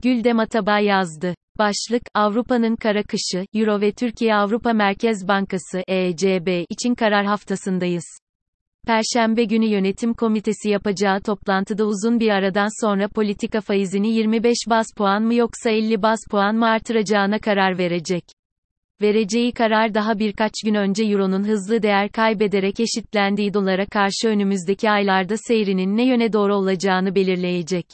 Güldem Atabay yazdı. Başlık, Avrupa'nın kara kışı, Euro ve Türkiye Avrupa Merkez Bankası (ECB) için karar haftasındayız. Perşembe günü yönetim komitesi yapacağı toplantıda uzun bir aradan sonra politika faizini 25 baz puan mı yoksa 50 baz puan mı artıracağına karar verecek. Vereceği karar daha birkaç gün önce Euro'nun hızlı değer kaybederek eşitlendiği dolara karşı önümüzdeki aylarda seyrinin ne yöne doğru olacağını belirleyecek.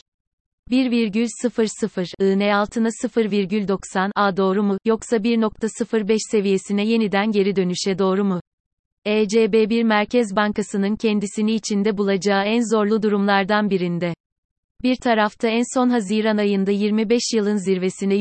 1,00 IN altına 0,90 A doğru mu, yoksa 1,05 seviyesine yeniden geri dönüşe doğru mu? ECB bir merkez bankasının kendisini içinde bulacağı en zorlu durumlardan birinde. Bir tarafta en son Haziran ayında 25 yılın zirvesine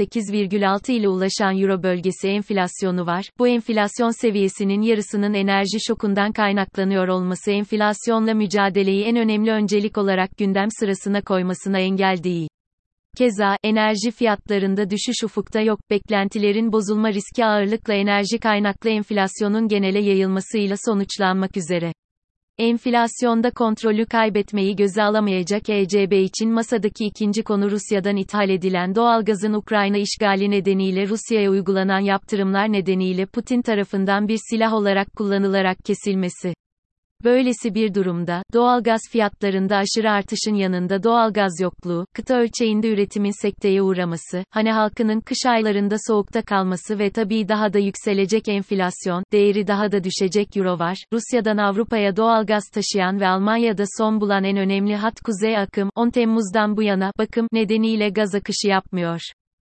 %8,6 ile ulaşan Euro bölgesi enflasyonu var. Bu enflasyon seviyesinin yarısının enerji şokundan kaynaklanıyor olması enflasyonla mücadeleyi en önemli öncelik olarak gündem sırasına koymasına engel değil. Keza, enerji fiyatlarında düşüş ufukta yok, beklentilerin bozulma riski ağırlıkla enerji kaynaklı enflasyonun genele yayılmasıyla sonuçlanmak üzere. Enflasyonda kontrolü kaybetmeyi göze alamayacak ECB için masadaki ikinci konu Rusya'dan ithal edilen doğalgazın Ukrayna işgali nedeniyle Rusya'ya uygulanan yaptırımlar nedeniyle Putin tarafından bir silah olarak kullanılarak kesilmesi. Böylesi bir durumda, doğalgaz fiyatlarında aşırı artışın yanında doğalgaz yokluğu, kıta ölçeğinde üretimin sekteye uğraması, hane halkının kış aylarında soğukta kalması ve tabii daha da yükselecek enflasyon, değeri daha da düşecek Euro var. Rusya'dan Avrupa'ya doğalgaz taşıyan ve Almanya'da son bulan en önemli hat Kuzey Akım, 10 Temmuz'dan bu yana, bakım nedeniyle gaz akışı yapmıyor.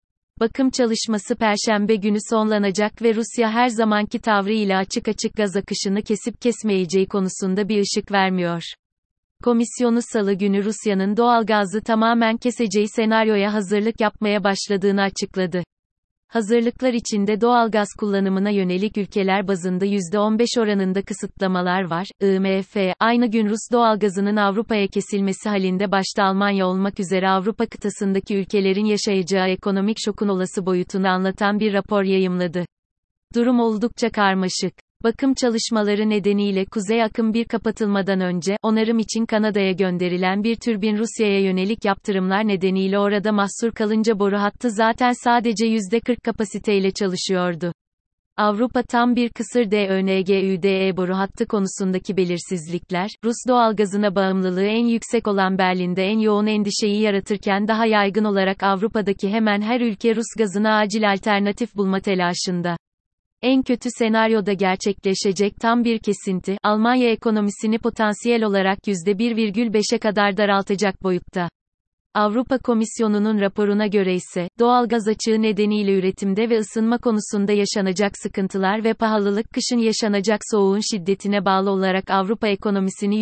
Bakım çalışması Perşembe günü sonlanacak ve Rusya her zamanki tavrı ile açık açık gaz akışını kesip kesmeyeceği konusunda bir ışık vermiyor. Komisyonu Salı günü Rusya'nın doğalgazı tamamen keseceği senaryoya hazırlık yapmaya başladığını açıkladı. Hazırlıklar içinde doğalgaz kullanımına yönelik ülkeler bazında %15 oranında kısıtlamalar var. IMF, aynı gün Rus doğalgazının Avrupa'ya kesilmesi halinde başta Almanya olmak üzere Avrupa kıtasındaki ülkelerin yaşayacağı ekonomik şokun olası boyutunu anlatan bir rapor yayımladı. Durum oldukça karmaşık. Bakım çalışmaları nedeniyle Kuzey Akım 1 kapatılmadan önce, onarım için Kanada'ya gönderilen bir türbin Rusya'ya yönelik yaptırımlar nedeniyle orada mahsur kalınca boru hattı zaten sadece %40 kapasiteyle çalışıyordu. Avrupa tam bir kısır DÖNG-ÜDE boru hattı konusundaki belirsizlikler, Rus doğalgazına bağımlılığı en yüksek olan Berlin'de en yoğun endişeyi yaratırken daha yaygın olarak Avrupa'daki hemen her ülke Rus gazına acil alternatif bulma telaşında. En kötü senaryoda gerçekleşecek tam bir kesinti, Almanya ekonomisini potansiyel olarak %1,5'e kadar daraltacak boyutta. Avrupa Komisyonu'nun raporuna göre ise, doğalgaz açığı nedeniyle üretimde ve ısınma konusunda yaşanacak sıkıntılar ve pahalılık kışın yaşanacak soğuğun şiddetine bağlı olarak Avrupa ekonomisini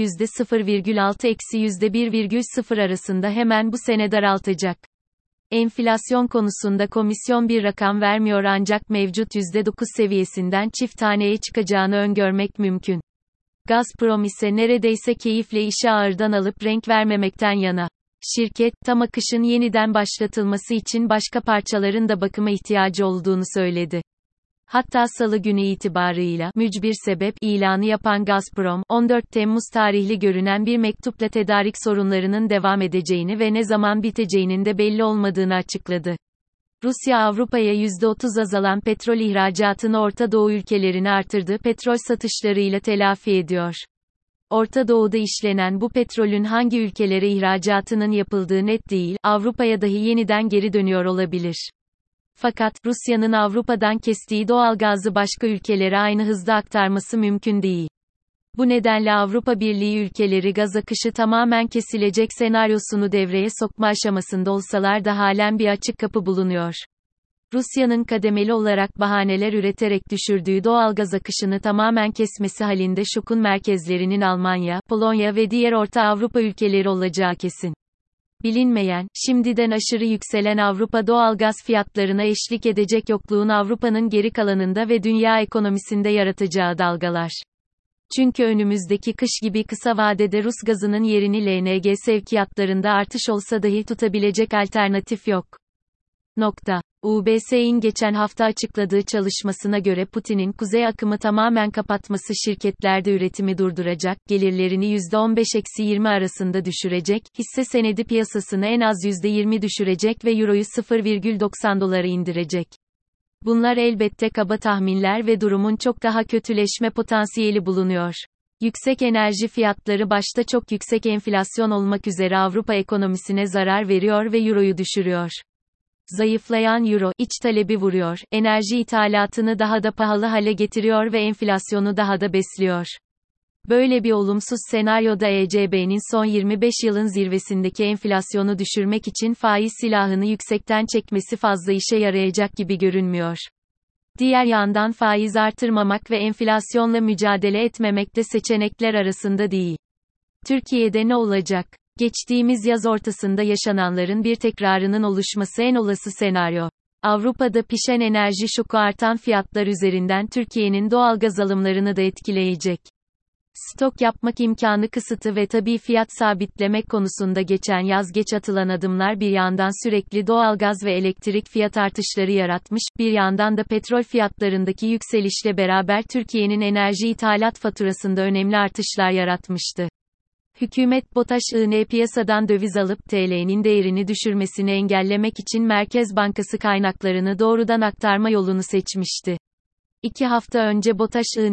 %0,6-%1,0 arasında hemen bu sene daraltacak. Enflasyon konusunda komisyon bir rakam vermiyor ancak mevcut %9 seviyesinden çift taneye çıkacağını öngörmek mümkün. Gazprom ise neredeyse keyifle işi ağırdan alıp renk vermemekten yana. Şirket, tam akışın yeniden başlatılması için başka parçaların da bakıma ihtiyacı olduğunu söyledi. Hatta Salı günü itibarıyla mücbir sebep ilanı yapan Gazprom, 14 Temmuz tarihli görünen bir mektupla tedarik sorunlarının devam edeceğini ve ne zaman biteceğinin de belli olmadığını açıkladı. Rusya Avrupa'ya %30 azalan petrol ihracatını Orta Doğu ülkelerine artırdığı petrol satışlarıyla telafi ediyor. Orta Doğu'da işlenen bu petrolün hangi ülkelere ihracatının yapıldığı net değil, Avrupa'ya dahi yeniden geri dönüyor olabilir. Fakat, Rusya'nın Avrupa'dan kestiği doğalgazı başka ülkelere aynı hızda aktarması mümkün değil. Bu nedenle Avrupa Birliği ülkeleri gaz akışı tamamen kesilecek senaryosunu devreye sokma aşamasında olsalar da halen bir açık kapı bulunuyor. Rusya'nın kademeli olarak bahaneler üreterek düşürdüğü doğalgaz akışını tamamen kesmesi halinde şokun merkezlerinin Almanya, Polonya ve diğer Orta Avrupa ülkeleri olacağı kesin. Bilinmeyen, şimdiden aşırı yükselen Avrupa doğalgaz fiyatlarına eşlik edecek yokluğun Avrupa'nın geri kalanında ve dünya ekonomisinde yaratacağı dalgalar. Çünkü önümüzdeki kış gibi kısa vadede Rus gazının yerini LNG sevkiyatlarında artış olsa dahi tutabilecek alternatif yok. UBS'in geçen hafta açıkladığı çalışmasına göre Putin'in kuzey akımı tamamen kapatması şirketlerde üretimi durduracak, gelirlerini %15-20 arasında düşürecek, hisse senedi piyasasını en az %20 düşürecek ve Euro'yu 0,90 dolara indirecek. Bunlar elbette kaba tahminler ve durumun çok daha kötüleşme potansiyeli bulunuyor. Yüksek enerji fiyatları başta çok yüksek enflasyon olmak üzere Avrupa ekonomisine zarar veriyor ve Euro'yu düşürüyor. Zayıflayan Euro, iç talebi vuruyor, enerji ithalatını daha da pahalı hale getiriyor ve enflasyonu daha da besliyor. Böyle bir olumsuz senaryoda ECB'nin son 25 yılın zirvesindeki enflasyonu düşürmek için faiz silahını yüksekten çekmesi fazla işe yarayacak gibi görünmüyor. Diğer yandan faiz artırmamak ve enflasyonla mücadele etmemek de seçenekler arasında değil. Türkiye'de ne olacak? Geçtiğimiz yaz ortasında yaşananların bir tekrarının oluşması en olası senaryo. Avrupa'da pişen enerji şoku artan fiyatlar üzerinden Türkiye'nin doğalgaz alımlarını da etkileyecek. Stok yapmak imkanı kısıtı ve tabii fiyat sabitlemek konusunda geçen yaz geç atılan adımlar bir yandan sürekli doğalgaz ve elektrik fiyat artışları yaratmış, bir yandan da petrol fiyatlarındaki yükselişle beraber Türkiye'nin enerji ithalat faturasında önemli artışlar yaratmıştı. Hükümet BOTAŞ-IN piyasadan döviz alıp TL'nin değerini düşürmesini engellemek için Merkez Bankası kaynaklarını doğrudan aktarma yolunu seçmişti. 2 hafta önce BOTAŞ-IN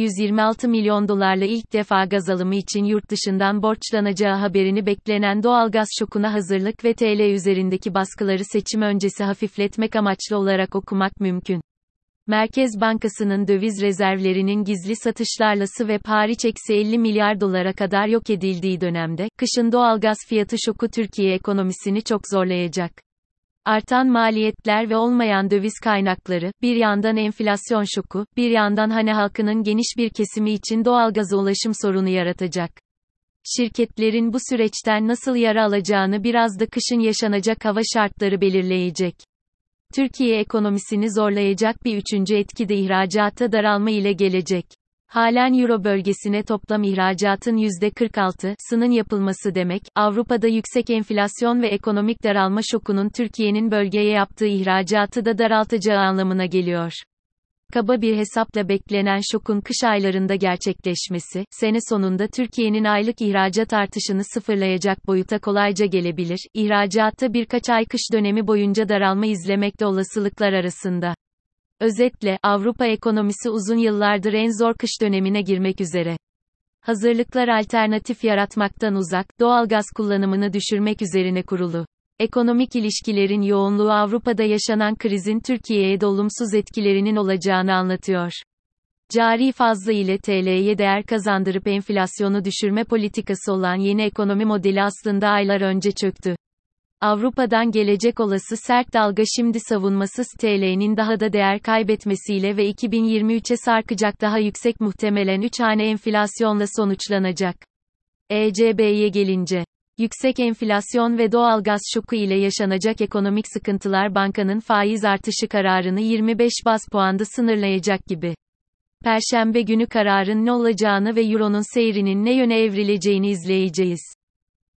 726 milyon dolarla ilk defa gaz alımı için yurt dışından borçlanacağı haberini beklenen doğalgaz şokuna hazırlık ve TL üzerindeki baskıları seçim öncesi hafifletmek amaçlı olarak okumak mümkün. Merkez Bankası'nın döviz rezervlerinin gizli satışlarla swap hariç -50 milyar dolara kadar yok edildiği dönemde, kışın doğalgaz fiyatı şoku Türkiye ekonomisini çok zorlayacak. Artan maliyetler ve olmayan döviz kaynakları, bir yandan enflasyon şoku, bir yandan hane halkının geniş bir kesimi için doğalgaza ulaşım sorunu yaratacak. Şirketlerin bu süreçten nasıl yara alacağını biraz da kışın yaşanacak hava şartları belirleyecek. Türkiye ekonomisini zorlayacak bir üçüncü etki de ihracata daralma ile gelecek. Halen Euro bölgesine toplam ihracatın %46'sının yapılması demek, Avrupa'da yüksek enflasyon ve ekonomik daralma şokunun Türkiye'nin bölgeye yaptığı ihracatı da daraltacağı anlamına geliyor. Kaba bir hesapla beklenen şokun kış aylarında gerçekleşmesi, sene sonunda Türkiye'nin aylık ihracat artışını sıfırlayacak boyuta kolayca gelebilir. İhracatta birkaç ay kış dönemi boyunca daralma izlemek de olasılıklar arasında. Özetle, Avrupa ekonomisi uzun yıllardır en zor kış dönemine girmek üzere. Hazırlıklar alternatif yaratmaktan uzak, doğalgaz kullanımını düşürmek üzerine kurulu. Ekonomik ilişkilerin yoğunluğu Avrupa'da yaşanan krizin Türkiye'ye de olumsuz etkilerinin olacağını anlatıyor. Cari fazla ile TL'ye değer kazandırıp enflasyonu düşürme politikası olan yeni ekonomi modeli aslında aylar önce çöktü. Avrupa'dan gelecek olası sert dalga şimdi savunmasız TL'nin daha da değer kaybetmesiyle ve 2023'e sarkacak daha yüksek muhtemelen 3 hane enflasyonla sonuçlanacak. ECB'ye gelince, yüksek enflasyon ve doğalgaz şoku ile yaşanacak ekonomik sıkıntılar bankanın faiz artışı kararını 25 baz puanda sınırlayacak gibi. Perşembe günü kararın ne olacağını ve Euro'nun seyrinin ne yöne evrileceğini izleyeceğiz.